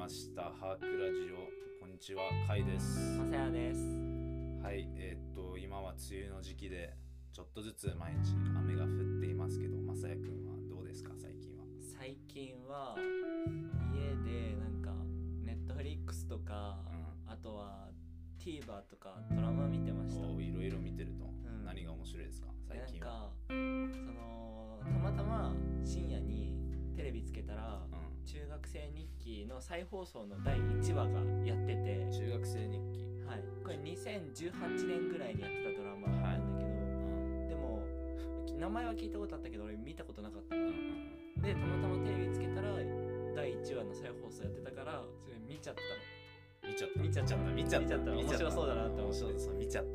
ましたハークラジオ。こんにちは、カイです。 まさやです。 はい、今は梅雨の時期でちょっとずつ毎日雨が降っていますけど、まさやくんはどうですか？最近は。 最近は家でなんかネットフリックスとか、あとは TVer とかドラマ見てました。 いろいろ見てると、何が面白いですか最近は？ たまたま深夜にテレビつけたら、中学生日記の再放送の第1話がやってて。 中学生日記、 はい、これ2018年ぐらいにやってたドラマなんだけど、でも名前は聞いたことあったけど俺見たことなかったの、でたまたまテレビつけたら第1話の再放送やってたからそれ見ちゃったの。 見ちゃった面白そうだなって思って見ちゃった。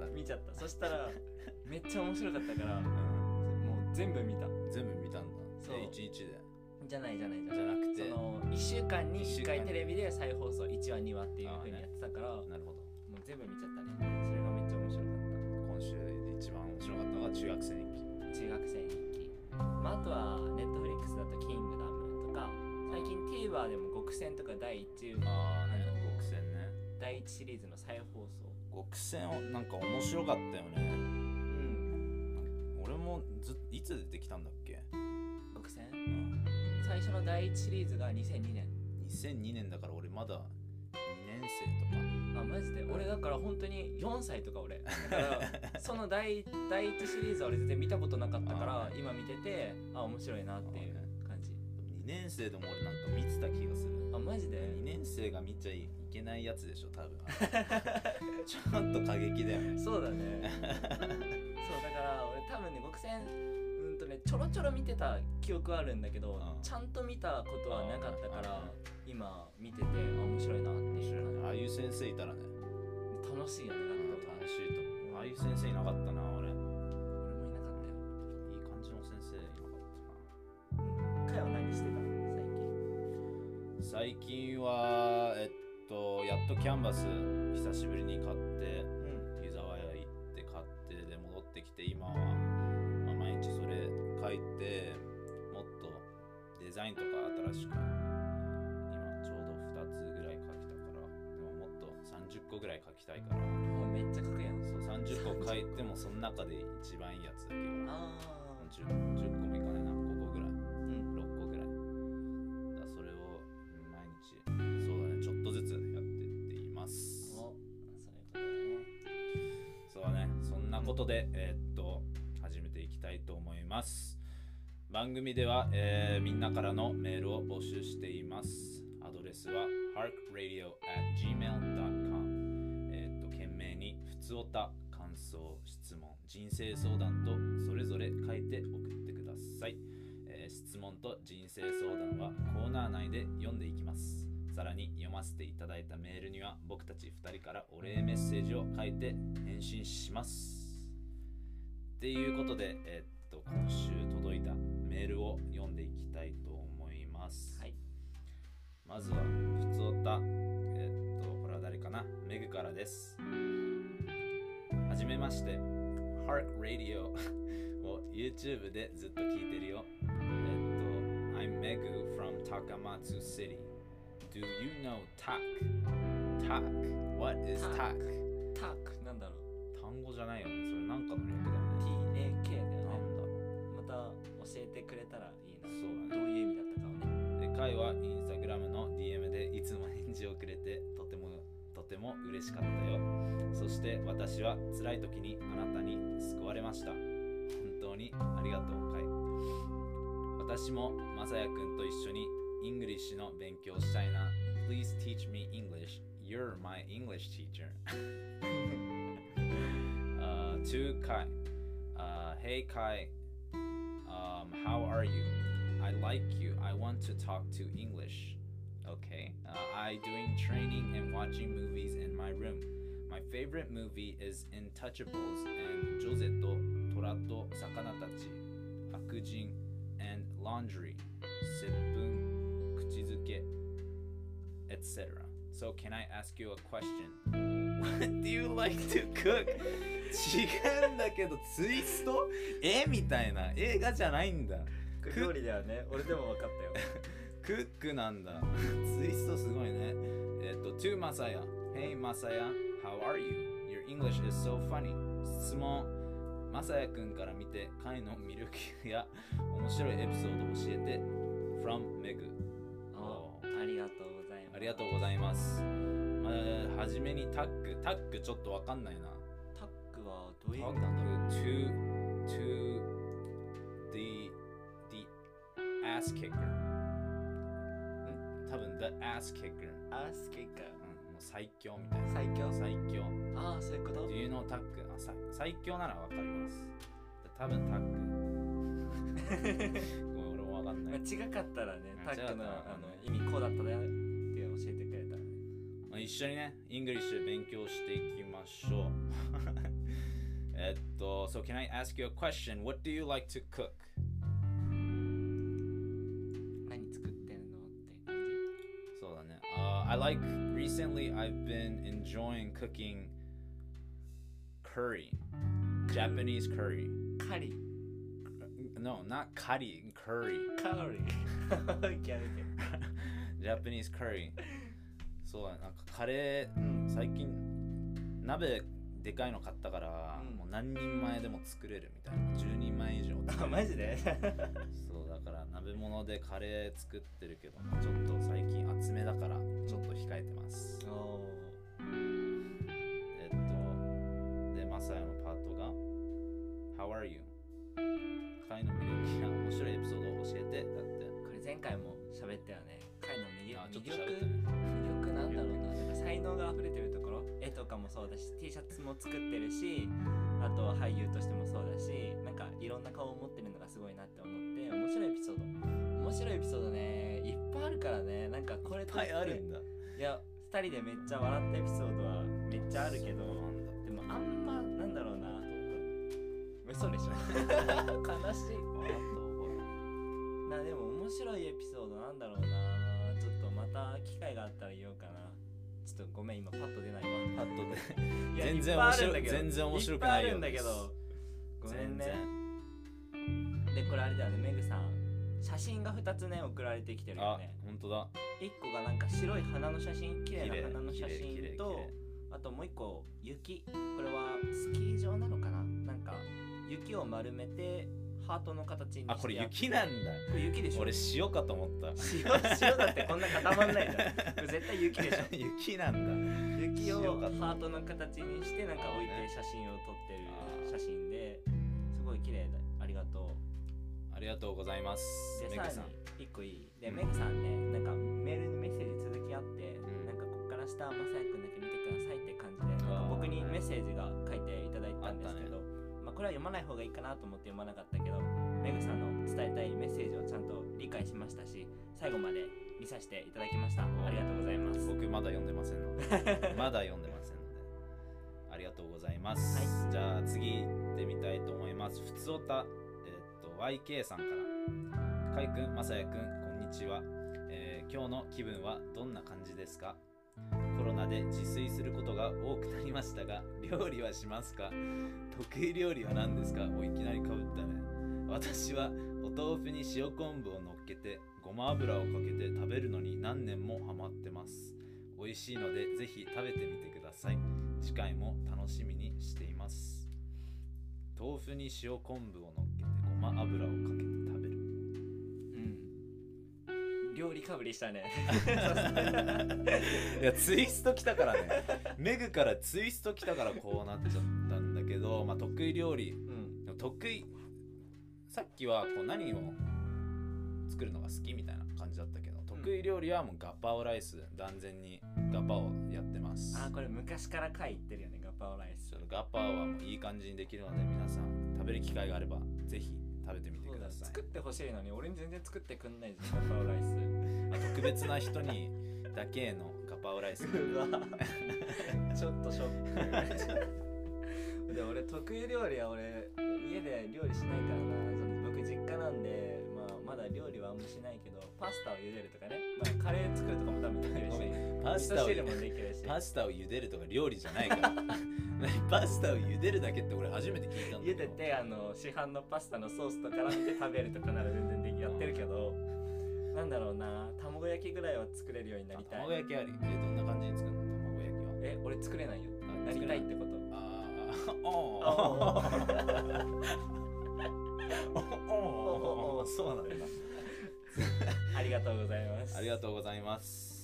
そしたらめっちゃ面白かったから、もう全部見たんだ。 そう、1日でじゃなくて、その1週間に1回テレビで再放送1話2話っていう風にやってたから、 なるほど、 もう全部見ちゃったね。それがめっちゃ面白かった。 今週で一番面白かったのが中学生日記。 あとはネットフリックスだとキングダムとか、最近 TVer でも極戦とか第1話、 極戦ね、 第1シリーズの再放送。 極戦なんか面白かったよね。俺もいつ出てきたんだっけ極戦、最初の第1シリーズが2002年だから俺まだ2年生とか。 マジで俺だから本当に4歳とか俺だからその第1シリーズは俺全然見たことなかったから今見てて面白いなっていう感じ。 2年生でも俺なんか見てた気がする。 マジで 2年生が見ちゃいけないやつでしょ多分ちょっと過激だよね。 そうだねそうだから俺多分ね極戦ちょろちょろ見てた記憶はあるんだけど、ちゃんと見たことはなかったから今見てて面白いなっていう。 ああいう先生いたらね楽しいよね。 楽しいと思う。ああいう先生いなかったな。俺もいなかったよ。いい感じの先生いなかったな。 かよ、何してた最近はやっとキャンバス久しぶりに買って、湯沢屋行って買ってで戻ってきて、今は毎日それ書いて、もっとデザインとか新しく今ちょうど2つぐらい書きたから、でももっと30個ぐらい書きたいから。 もうめっちゃ書くやん。 そう、30個書いてもその中で一番いいやつだけを10個もいかないな、5個ぐらい、6個ぐらいだ。それを毎日そうだね、ちょっとずつやってっています。そうだね、そんなことで始めていきたいと思います。番組では、みんなからのメールを募集しています。アドレスは harkradio@gmail.com、懸命にふつおた、感想、質問、人生相談とそれぞれ書いて送ってください。質問と人生相談はコーナー内で読んでいきます。さらに読ませていただいたメールには僕たち2人からお礼メッセージを書いて返信します。っていうことで、今週届いたメールを読んでいきたいと思います。まずはふつおた、これは誰かな、メグからです。はじめまして、Hark Radio を YouTube でずっと聞いてるよ。I'm Megu from Takamatsu City. Do you know Tak? What is Tak? Tak なんだろう。 単語じゃないよね。それなんかの略だよね。 TAK だよね。 なんだろう。 また教えてくれたらいいな。 そうだね。 どういう意味だったかをね。 で、カイはインスタグラムの DM でいつも返事をくれてとても嬉しかったよ。そして私は辛い時にあなたに救われました。本当にありがとう、カイ。私もまさやくんと一緒にイングリッシュの勉強したいな。Please teach me English. You're my English teacher. To Kai. Hey Kai. How are you? I like you. I want to talk to English. Okay. I doing training and watching movies in my room. My favorite movie is Intouchables and ジョゼと虎と魚たち、悪人 and Laundry, 接吻、口づけ etc. So can I ask you a question? What do you like to cook? 違うんだけど、ツイストみたいな映画じゃないんだ。 料理だよね。俺でも分かったよ。 クックなんだ。ツイストすごいね。To Masaya. Hey Masaya, how are you? Your English is so funny. 質問。マサヤくんから見て、会の魅力や面白いエピソードを教えて。From Meg。 ありがとうございます。 ありがとうございます。はじめにタッグちょっとわかんないな。 タッグはどういう意タ味なんだろう。 ッグ to the ass kicker。多分 the ass kicker。 アースキッカー。 もう最強みたいな。 最強。 最強。 ああ、そういうこと。 Do you know タッグ最強ならわかります。多分タッグ。ごめん、俺もわかんない。 違かったらね、タッグの違う意味こうだったねって教えてくれたらね。 一緒にね、イングリッシュ勉強していきましょう。So can I ask you a question? What do you like to cook? 何作ってんのって感そうだね。Recently I've been enjoying cooking curry. Japanese curry. じ。カリ。 No, not curry, curry. カリ。ギャルで。 Japanese curry. そうだね。なんかカレー、最近鍋でかいの買ったから、もう何人前でも作れるみたいな。10人前以上作れる。 あ、マジでそうだから鍋物でカレー作ってるけど、ちょっと最近厚めだからちょっと控えてます。でマサヤのパートが How are you? 会の魅力や面白いエピソードを教えてだって。 これ前回も喋ったよね。会の魅力。 ちょっと喋ってね。 魅力なんだろうな。なんか才能が溢れてるところ、絵とかもそうだし、T シャツも作ってるし、あとは俳優としてもそうだし、なんかいろんな顔を持ってるのがすごいなって思って、面白いエピソードね、いっぱいあるからね。なんかこれといっぱいあるんだ。 いや、2人でめっちゃ笑ったエピソードはめっちゃあるけど、でもあんまなんだろうな。嘘でしょ。悲しい。でも面白いエピソードなんだろうな。ちょっとまた機会があったら言おうかな。ちょっとごめん、今パッと出ないわ。 パッとでいや全然面白くないよ。 いっぱいあるんだけど。ごめんね。で、これあれだよね、メグさん。写真が2つね、送られてきてるよね。 本当だ。 1個がなんか白い花の写真、綺麗な花の写真と、あともう1個、雪。これはスキー場なのかな。なんか、雪を丸めて、ハートの形にして。 これ雪なんだ。 これ雪でしょ。 俺塩かと思った。 塩だってこんな固まんないじゃん。これ絶対雪でしょ。 雪なんだ。 雪をハートの形にしてなんか置いて写真を撮ってる写真ですごい綺麗だ。ありがとう。 ありがとうございます。 で、さらに1個いい。で、メグさんね、なんかメールにメッセージ続きあって、なんかここから下マサヤくんだけ見てくださいって感じで、僕にメッセージが書いていただいたんですけど、これは読まない方がいいかなと思って読まなかったけど、メグさんの伝えたいメッセージをちゃんと理解しましたし、最後まで見させていただきました。ありがとうございます。 僕まだ読んでませんのでまだ読んでませんのでありがとうございます、じゃあ次行ってみたいと思います。ふつおた、YK さんから。かいくん、まさやくん、こんにちは。今日の気分はどんな感じですか？コロナで自炊することが多くなりましたが、料理はしますか？得意料理は何ですか？いきなりかぶったね。私はお豆腐に塩昆布を乗っけてごま油をかけて食べるのに何年もハマってます。美味しいのでぜひ食べてみてください。次回も楽しみにしています。豆腐に塩昆布を乗っけてごま油をかけて食べる。 料理かぶりしたね。 いや、ツイスト来たからね。メグからツイスト来たからこうなっちゃったんだけど、得意料理、さっきはこう何を作るのが好きみたいな感じだったけど、得意料理はもうガパオライス。断然にガパオやってます。 これ昔から書いてるよね、ガパオライス。 ガパオはもういい感じにできるので、皆さん食べる機会があればぜひ食べてみてください。 作ってほしいのに俺に全然作ってくんないじゃん、ガパオライス。 特別な人にだけのガパオライス。 うわちょっとショック。で、俺得意料理は俺家で料理しないからな。僕実家なんで、まだ料理はあんましないけど、パスタを茹でるとかね、カレー作るとかも多分できるし、 パスタを味噌汁もできるし。 パスタを茹でるとか料理じゃないからパスタを茹でるだけって俺初めて聞いたんだけど。 茹でて市販のパスタのソースと絡めて食べるとかなら全然やってるけど、 なんだろうな、卵焼きぐらいは作れるようになりたい。 卵焼きあり。どんな感じに作るの卵焼きは？ 俺作れないよ。 あなりたいってこと。 そうなんだ。 ありがとうございます。 ありがとうございます。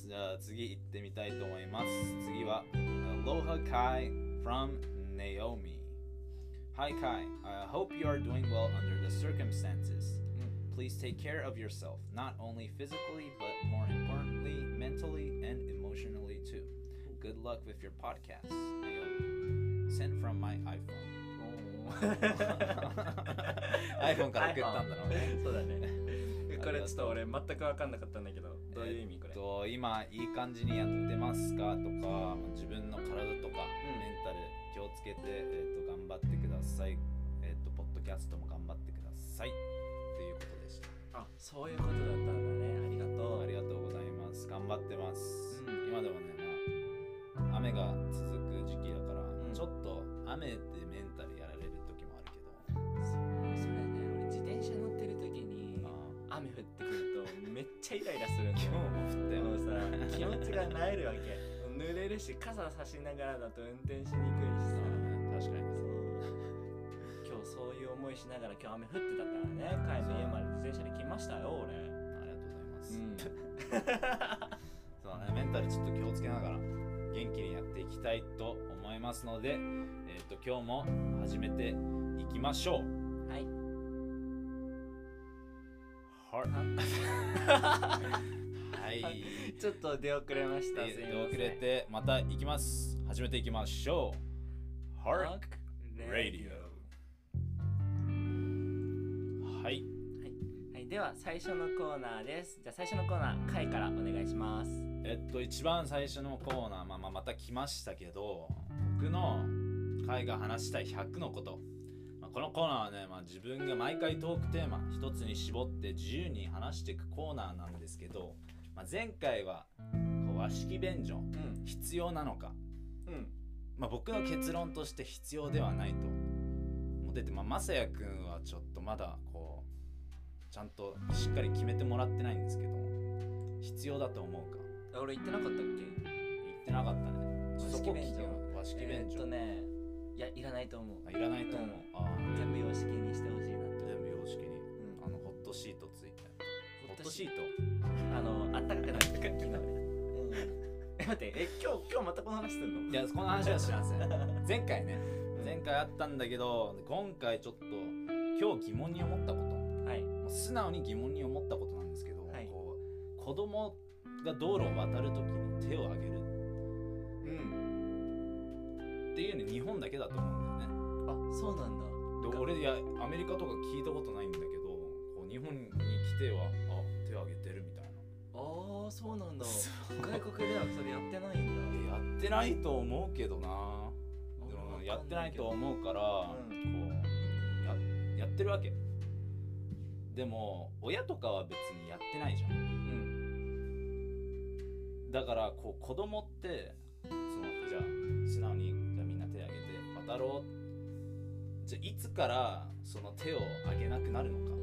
じゃあ次行ってみたいと思います。次は Aloha Kai from Naomi. Hi Kai, I hope you are doing well under the circumstances. Please take care of yourself, not only physically but more importantly, mentally and emotionally too. Good luck with your podcast, Naomi. Sent from my iPhone から送ったんだろうね。 そうだね。これちょっと俺全く分かんなかったんだけど、どういう意味これ？ 今いい感じにやってますかとか、自分の体とか、メンタル気をつけて、頑張ってください。ポッドキャストも頑張ってくださいっていうことでした。 あ、そういうことだったんだね。ありがとう。 ありがとうございます。頑張ってます。今でもね、雨が続く時期だから、ちょっと雨でメンタルやられる時もあるけど。 それね、俺自転車乗ってる時に雨降ってくるとめっちゃイライラするんだよ。 今日も降ったよ。 もうさ、気持ちがなえるわけ。濡れるし、傘差しながらだと運転しにくいしさ。 確かに。 今日そういう思いしながら今日雨降ってたからね、帰る家まで自転車で来ましたよ、俺。 ありがとうございます。そうね、メンタルちょっと気をつけながら元気にやっていきたいと思いますので、今日も始めていきましょう。 はい。 はい。 ちょっと出遅れました。 出遅れてまた行きます。始めていきましょう。Hark Radio。はい。 はい。では最初のコーナーです。じゃあ最初のコーナー、カイからお願いします。 一番最初のコーナー、また来ましたけど、僕のカイが話したい100のこと。このコーナーはね、自分が毎回トークテーマ一つに絞って自由に話していくコーナーなんですけど、前回は和式便所、必要なのか、僕の結論として必要ではないと思ってて、まさやくんはちょっとまだちゃんとしっかり決めてもらってないんですけど、必要だと思うか？ 俺言ってなかったっけ？ 言ってなかったね。 和式便所。 和式便所。 いや、いらないと思う。 いらないと思う。 全部洋式にしてほしいなと。 全部洋式に。ホットシートついて。ホットシート。 あったかくなってくる昨日ね。待って、今日またこの話するの？ いや、この話はしません。前回あったんだけど、今回ちょっと今日疑問に思ったこと。はい。もう素直に疑問に思ったことなんですけど、はい、子供が道路を渡るときに手を挙げる。っていうの日本だけだと思うんだよね。 あ、そうなんだ。 俺アメリカとか聞いたことないんだけど、日本に来ては手を挙げてるみたいな。 ああ、そうなんだ。外国ではそれやってないんだ。やってないと思うけどな。でもやってないと思うから、やってるわけ。でも親とかは別にやってないじゃん。だから子供ってじゃあ素直にみんな手を挙げて渡ろう。じゃあいつからその手を挙げなくなるのか。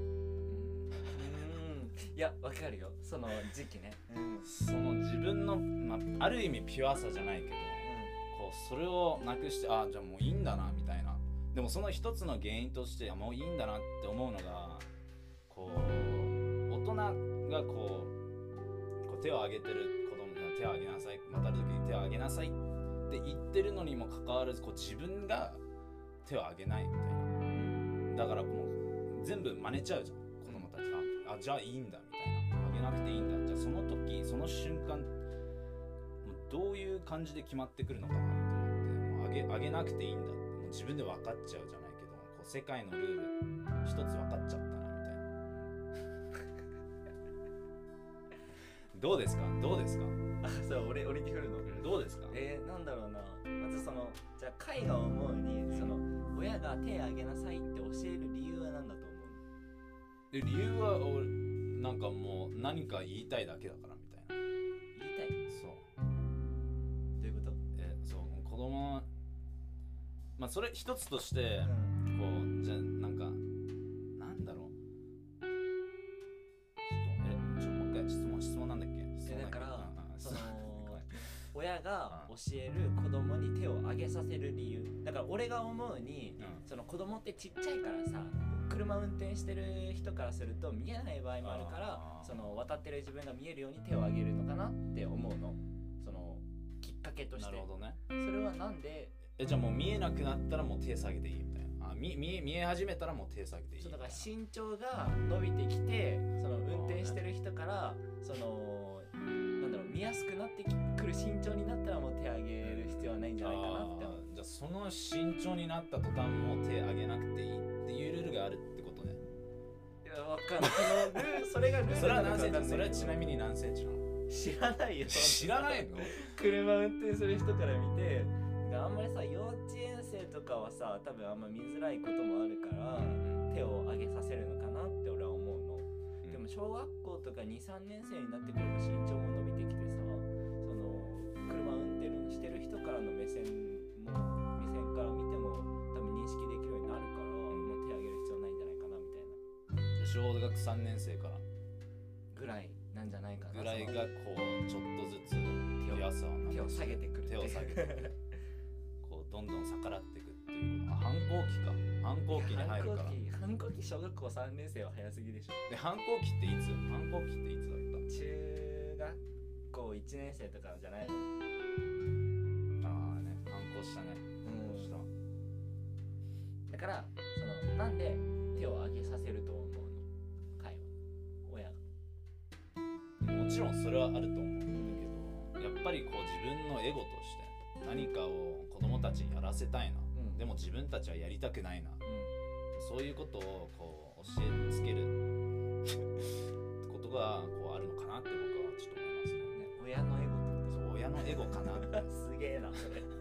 いや、わかるよ、その時期ね。 その自分の、ある意味ピュアさじゃないけど、それをなくして、じゃあもういいんだなみたいな。でもその一つの原因としてもういいんだなって思うのが、大人が手を挙げてる子供が手を挙げなさい、渡る時に手を挙げなさいって言ってるのにもかかわらず、自分が手を挙げないみたいな。だからもう全部真似ちゃうじゃん、子供たちが。じゃあいいんだみたいな。挙げなくていいんだ。じゃあその時その瞬間もうどういう感じで決まってくるのかなと思って、もう挙げなくていいんだってもう自分で分かっちゃうじゃないけど、世界のルール一つ分かっちゃったなみたいな。どうですか？ そう、俺に振るの？ どうですか？ なんだろうな。まずじゃあ海が思うに、親が手を挙げなさいって教える理由は何だと思う？ 理由はなんかもう何か言いたいだけだからみたいな。 言いたい？ そう。 どういうこと？ 子供、それ一つとして、じゃあなんかなんだろう。もう一回親が教える子供に手を挙げさせる理由だから、俺が思うに、その子供ってちっちゃいからさ、車運転してる人からすると見えない場合もあるから、その渡ってる自分が見えるように手を挙げるのかなって思うの、そのきっかけとして。 なるほどね。 それはなんで？ じゃあもう見えなくなったらもう手下げていいみたいな。見え始めたらもう手下げていい。 そうだから身長が伸びてきて、その運転してる人からそのなんだろう、見やすくなってくる身長になったらもう手挙げる必要はないんじゃないかなって思う。 じゃあその身長になった途端もう手挙げなくていいっていうルールがあるってことね。 いや、わかんない。それがルールそれは何センチ？ なのかわかんないけど。 それはちなみに何センチなの？ 知らないよ。 知らないの？ 車運転する人から見て、あんまりさ、幼稚園生とかはさ、多分あんま見づらいこともあるから、手を挙げさせるのかなって俺は思うの。でも小学校とか 2,3 年生になってくれば身長も伸びてきてさ、その車運転してる人からの目線から見ても多分認識できるようになるから、もう手挙げる必要ないんじゃないかなみたいな。 小学3年生からぐらいなんじゃないかな。 ぐらいがこうちょっとずつ手を下げてくる。 手を下げてくる。こうどんどん逆らっていくっていうこと。反抗期か。反抗期に入るから。 反抗期小学校3年生は早すぎでしょ。 で反抗期っていつ？反抗期っていつだった？ 中学校1年生とかじゃないの？ ああね、反抗したね。反抗した。 だからそのなんで手を挙げさせると思うの？会話親が。 もちろんそれはあると思うんだけど、やっぱりこう自分のエゴとして何かを子供たちにやらせたいな、でも自分たちはやりたくないな、そういうことをこう教えつけることがこうあるのかなって僕はちょっと思いますね。 親のエゴってこと？ そう、親のエゴかなすげえなそれ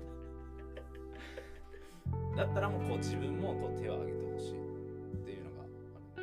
だったらもうこう自分もこう手を挙げてほしいっていうのがあ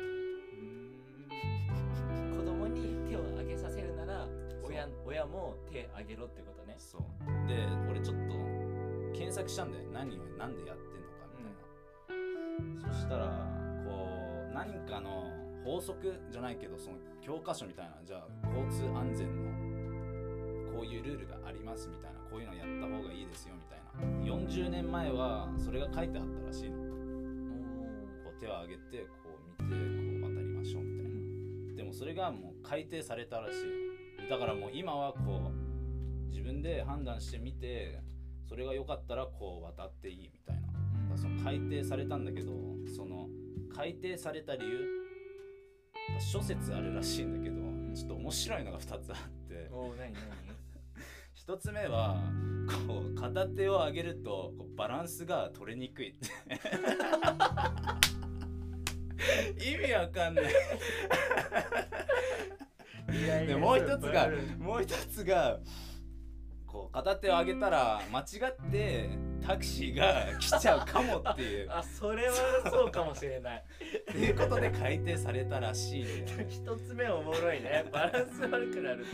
る。 子供に手を挙げさせるなら親も手挙げろってことね。 そうで、俺ちょっと検索したんだよ。何をなんでやってんのかみたいな、そしたらこう何かの法則じゃないけど、その教科書みたいな、じゃあ交通安全のこういうルールがありますみたいな、こういうのやった方がいいですよみたいな、40年前はそれが書いてあったらしいの。こう手を挙げてこう見てこう渡りましょうみたいな、でもそれがもう改定されたらしいの。だからもう今はこう自分で判断してみて、それが良かったらこう渡っていいみたいな。だからその改定されたんだけど、その改定された理由諸説あるらしいんだけど、ちょっと面白いのが2つあって、 何 1つ目はこう片手を上げるとこうバランスが取れにくいって意味わかんないでもう一つがこう片手を上げたら間違ってタクシーが来ちゃうかもっていうあ、それはそうかもしれないっていうことで改定されたらしいね。 一つ目おもろいね。バランス悪くなる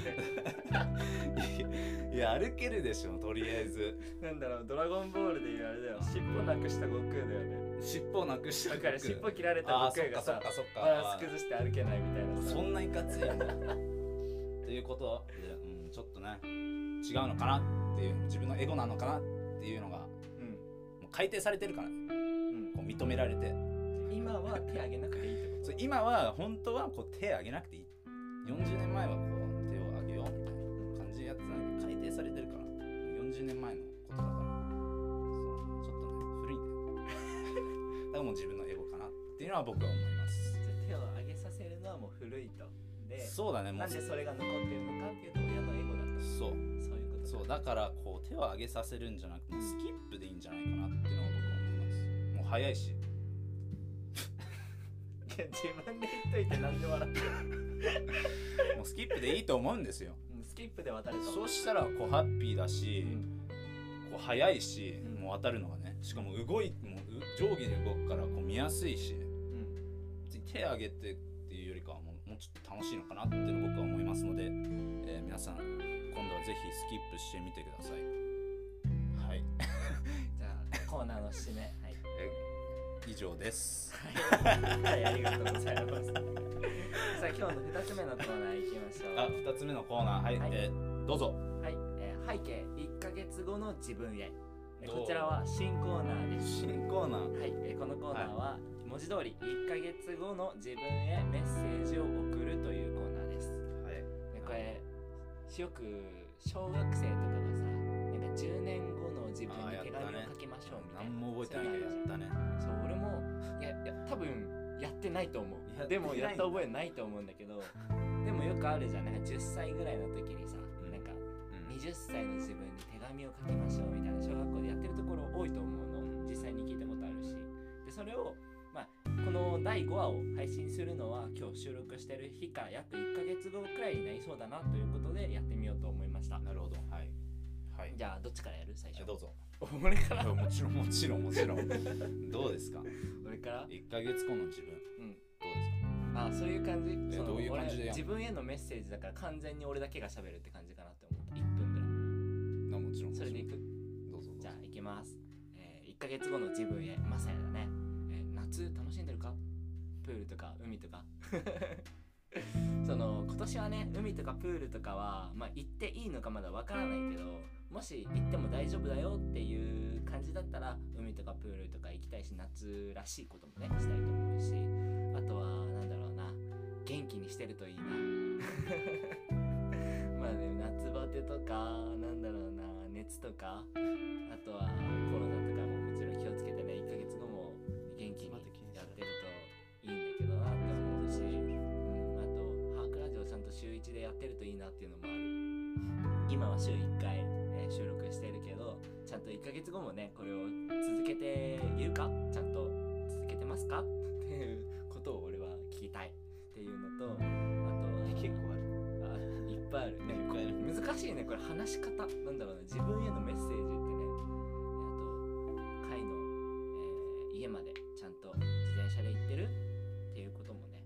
っていや歩けるでしょ、とりあえず。 なんだろう、ドラゴンボールでいうあれだよ、尻尾なくした悟空だよね。 尻尾なくしただから尻尾切られた悟空がさ、バランス崩して歩けないみたいなさ。 そんないかついんだっていうことで、ちょっとね違うのかなっていう、自分のエゴなのかなっていうのが、もう改定されてるからね、こう認められて、 今は手挙げなくていいってこと？ そう、今は本当はこう手挙げなくていい。40年前はこう手を挙げようみたいな感じでやってたんだけど、改定されてるから、40年前のことだから、そうちょっとね古いんだよだからもう自分のエゴかなっていうのは僕は思います。 じゃあ手を挙げさせるのはもう古いと。で、 そうだね、もうなんでそれが残ってるのかっていうと親のエゴだと。 そういうこと。 そうだからこう手を挙げさせるんじゃなくてスキップでいいんじゃないかなっていうのは僕は思います。もう早いしいや、自分で言っといてなんで笑ってるもうスキップでいいと思うんですよ。 スキップで渡ると。 そうしたらこうハッピーだし、こう早いし、もう渡るのがね、しかももう上下に動くからこう見やすいし、手挙げてっていうよりかはもうちょっと楽しいのかなっていうのを僕は思いますので、皆さん今度はぜひスキップしてみてください。はいじゃあコーナーの締め、はい、 以上です。 はい、ありがとうございます。さあ今日の2つ目のコーナー行きましょう。 2つ目のコーナー、はい、どうぞ。 はい、背景1 月後の自分へ。こちらは新コーナーです。 新コーナー。 はい、このコーナーは文字通り1ヶ月後の自分へメッセージを送るというコーナーです。 はい。 でこれよく小学生とかがさ、なんか10年後の自分に手紙を書きましょうみたいな。 何も覚えてないけどやったね。 そう、俺もいや多分やってないと思う。でもやった覚えないと思うんだけど、でもよくあるじゃん。なんか10歳ぐらいの時にさ、なんか20歳の自分に手紙を書きましょうみたいな小学校でやってるところ多いと思うの。実際に聞いたことあるし、でそれをこの第5話を配信するのは今日収録してる日から約1ヶ月後くらいになりそうだなということでやってみようと思いました。 なるほど。はい、はい、 じゃあどっちからやる？最初どうぞ。 俺から。 もちろんどうですか？ 俺から 1ヶ月後の自分、どうですか？ そういう感じ。 どういう感じでやんの？ 自分へのメッセージだから完全に俺だけが喋るって感じかなって思った。1分ぐらい。 もちろん。 それでいく？ どうぞ。 じゃあ行きます。1ヶ月後の自分へ。まさやだね。夏楽しんでるか？プールとか海とかその今年はね、海とかプールとかは行っていいのかまだわからないけど、もし行っても大丈夫だよっていう感じだったら海とかプールとか行きたいし、夏らしいこともねしたいと思うし、あとはなんだろうな、元気にしてるといいなまあね、夏バテとかなんだろうな、熱とか、あとはコロナとかももちろん気をつけてね、1ヶ月後も元気にやってるといいんだけどなって思うし、あとハークラジオちゃんと週1でやってるといいなっていうのもある。今は週1回、収録してるけど、ちゃんと1ヶ月後もねこれを続けているか、ちゃんと続けてますかっていうことを俺は聞きたいっていうのと、あと結構ある。 いっぱいあるね。難しいねこれ、話し方なんだろうな、自分へのメッセージってね。あとカイの、家までちゃんと自転車で行ってるっていうこともね、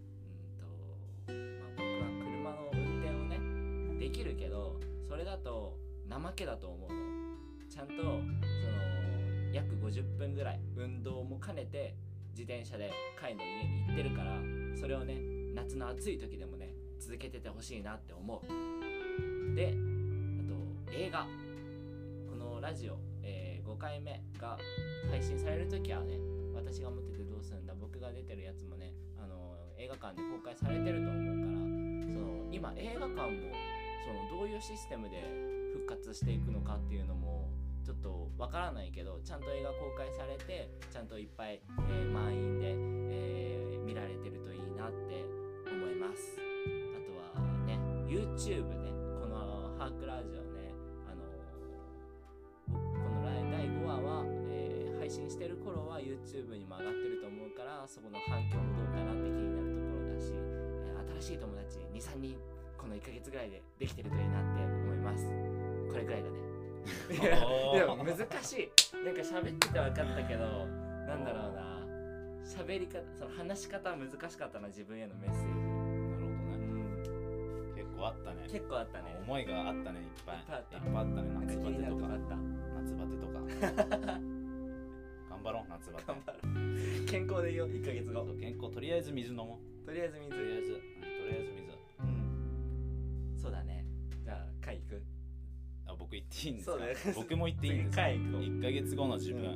僕は車の運転をねできるけど、それだと怠けだと思うの。ちゃんとその約50分ぐらい運動も兼ねて自転車でカイの家に行ってるから、それをね夏の暑い時でもね続けててほしいなって思う。で、あと映画、このラジオ、5回目が配信される時はね、私が持っててどうするんだ、僕が出てるやつもね、映画館で公開されてると思うから、その今映画館もそのどういうシステムで復活していくのかっていうのもちょっとわからないけど、ちゃんと映画公開されてちゃんといっぱい、満員で、見られてるといいなって思います。あとはね YouTube ね、このハークラジオね、この第5話は、配信してる頃は YouTube にも上がってると思うから、そこの反響もどうかなって気になるところだし、新しい友達 2,3 人この1ヶ月ぐらいでできてるといいなって思います。これぐらいだねでも難しい。なんか喋ってて分かったけど、なんだろうな、喋り方、その話し方は難しかったな、自分へのメッセージ。 なるほどね。結構あったね。 結構あったね。 思いがあったね、いっぱい。 いっぱいあった。 いっぱいあったね。夏バテとか。 あった。 夏バテとか。頑張ろう、夏バテ。 頑張ろう。健康でいいよ、1ヶ月後。 健康、とりあえず水飲もう。 とりあえず水。 とりあえず水。 そうだね。じゃあ、会行く？ 僕言っていいんですか？ そうだよ。 僕も言っていいんですか？ 会行こう。 1ヶ月後の自分。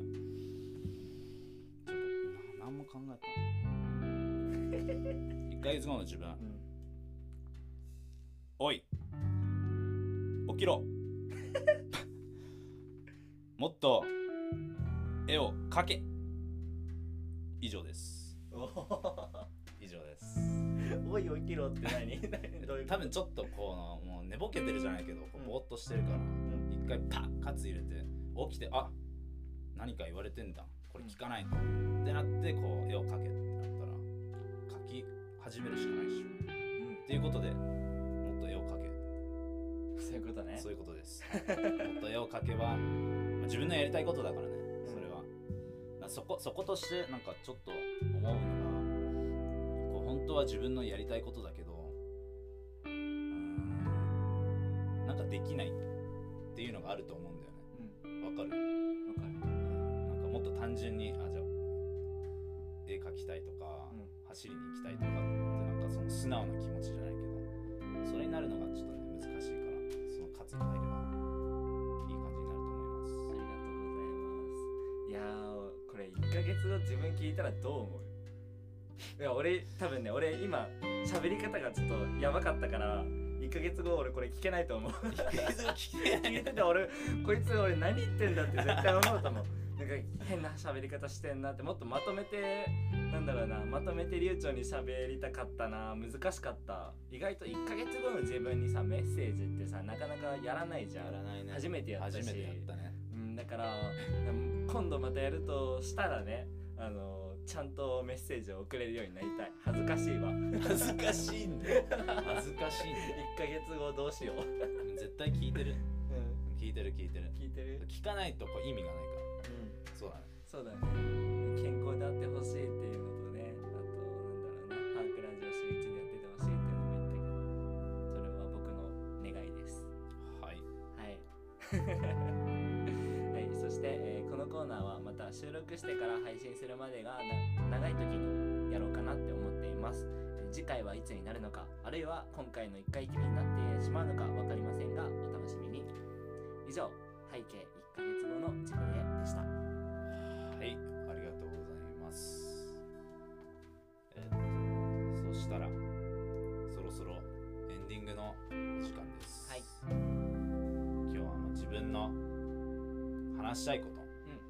何も考えた1ヶ月後の自分。おい、起きろもっと絵を描け。以上です。以上です。 おい起きろって何どういうこと？ 多分ちょっとこのもう寝ぼけてるじゃないけど、こうぼーっとしてるから、一回パッカツ入れて起きて、あ、何か言われてんだ、これ聞かないとってなって、こう絵を描けってなったら描き始めるしかないっしょ、っていうことで、もっと絵を描け。 そういうことね。 そういうことです。もっと絵を描けば、自分のやりたいことだからね、それは。そことしてなんかちょっと思うのが、こう本当は自分のやりたいことだけど、なんかできないっていうのがあると思うんだよね。わかる？なんかもっと単純に、じゃあ絵描きたいとか、走りに行きたいとかって、なんかその素直な気持ちじゃないけど、それになるのがちょっとね難しいから、その活に入ればいい感ヶ月後自分聞いたらどう思う？いや俺多分ね、俺今喋り方がちょっとやばかったから1ヶ月後俺これ聞けないと思う。 1ヶ月後聞けない聞いてて俺こいつ俺何言ってんだって絶対思うと思う。なんか変な喋り方してんなって、もっとまとめてなんだろうな、まとめて流暢に喋りたかったな。難しかった。意外と1ヶ月後の自分にさメッセージってさなかなかやらないじゃん。 やらないね。 初めてやったし。 初めてやったね。 だから今度またやるとしたらね、ちゃんとメッセージを送れるようになりたい。恥ずかしいわ。 恥ずかしいんだよ。恥ずかしいんだよ。 1ヶ月後どうしよう。 絶対聞いてる。聞いてる。 聞いてる。 聞かないとこう意味がないから。そうだね。 そうだね。健康であってほしいっていうのとね、あとなんだろうな、ハークラジオ週1でやっててほしいっていうのも言ったけど、それは僕の願いです。 はいはい、そして、このコーナーはまた収録してから配信するまでが長い時にやろうかなって思っています。次回はいつになるのか、あるいは今回の1回きりになってしまうのか分かりませんが、お楽しみに。以上、背景1ヶ月後の自分へでした。 はい、ありがとうございます。そしたらそろそろエンディングのお時間です。 はい。 今日は自分の話したいこと、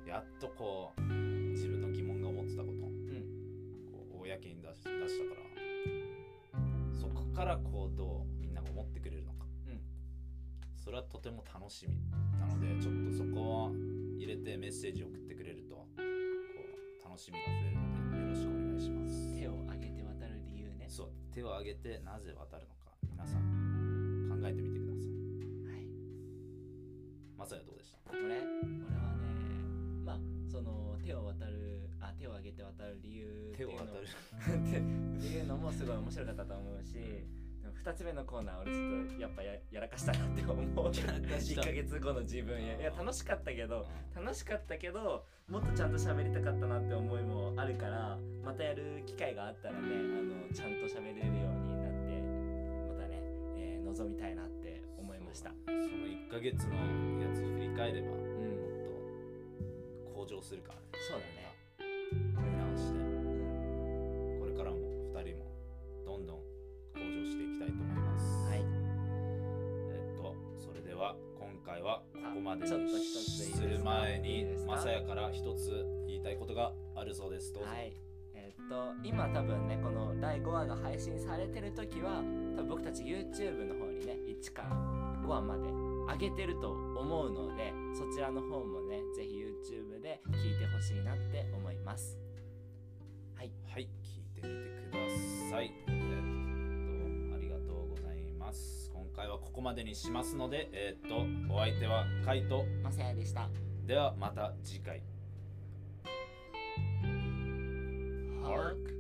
やっとこう自分の疑問が思ってたこと、こう公に出したから、そこからこうどうみんなが思ってくれるのか、それはとても楽しみなので、ちょっとそこを入れてメッセージを送ってくれるとこう楽しみが増えるので、よろしくお願いします。 手を挙げて渡る理由ね。 そう、手を挙げてなぜ渡るのか、皆さん考えてみてください。 はい。 まさやどうでした？ 俺はね、まあその手を挙げて渡る理由っていうのっていうのもすごい面白かったと思うし、でも2つ目のコーナー俺ちょっとやっぱ やらかしたなって思う。1ヶ月後の自分へ。いや楽しかったけどもっとちゃんと喋りたかったなって思いもあるから、またやる機会があったらね、ちゃんと喋れるようになってまたね、臨みたいなって思いました。 その1ヶ月のやつ振り返れば、もっと向上するからね。 そうだね。 やり直して、これからも2人もどんどん向上していきたいと思います。 はい。 それでは今回はここまでにちょっと一つする前に、 いいですか？ まさやから一つ言いたいことがあるそうです。どうぞ。 はい。今多分ね、この第5話が配信されてる時は多分僕たち YouTube の方にね1から5話まで上げてると思うので、そちらの方もねぜひ YouTube で聞いてほしいなって思います。はい、 はい、聞いてみてください。ありがとうございます。今回はここまでにしますので、お相手はカイとまさやでした。 ではまた次回。 Hark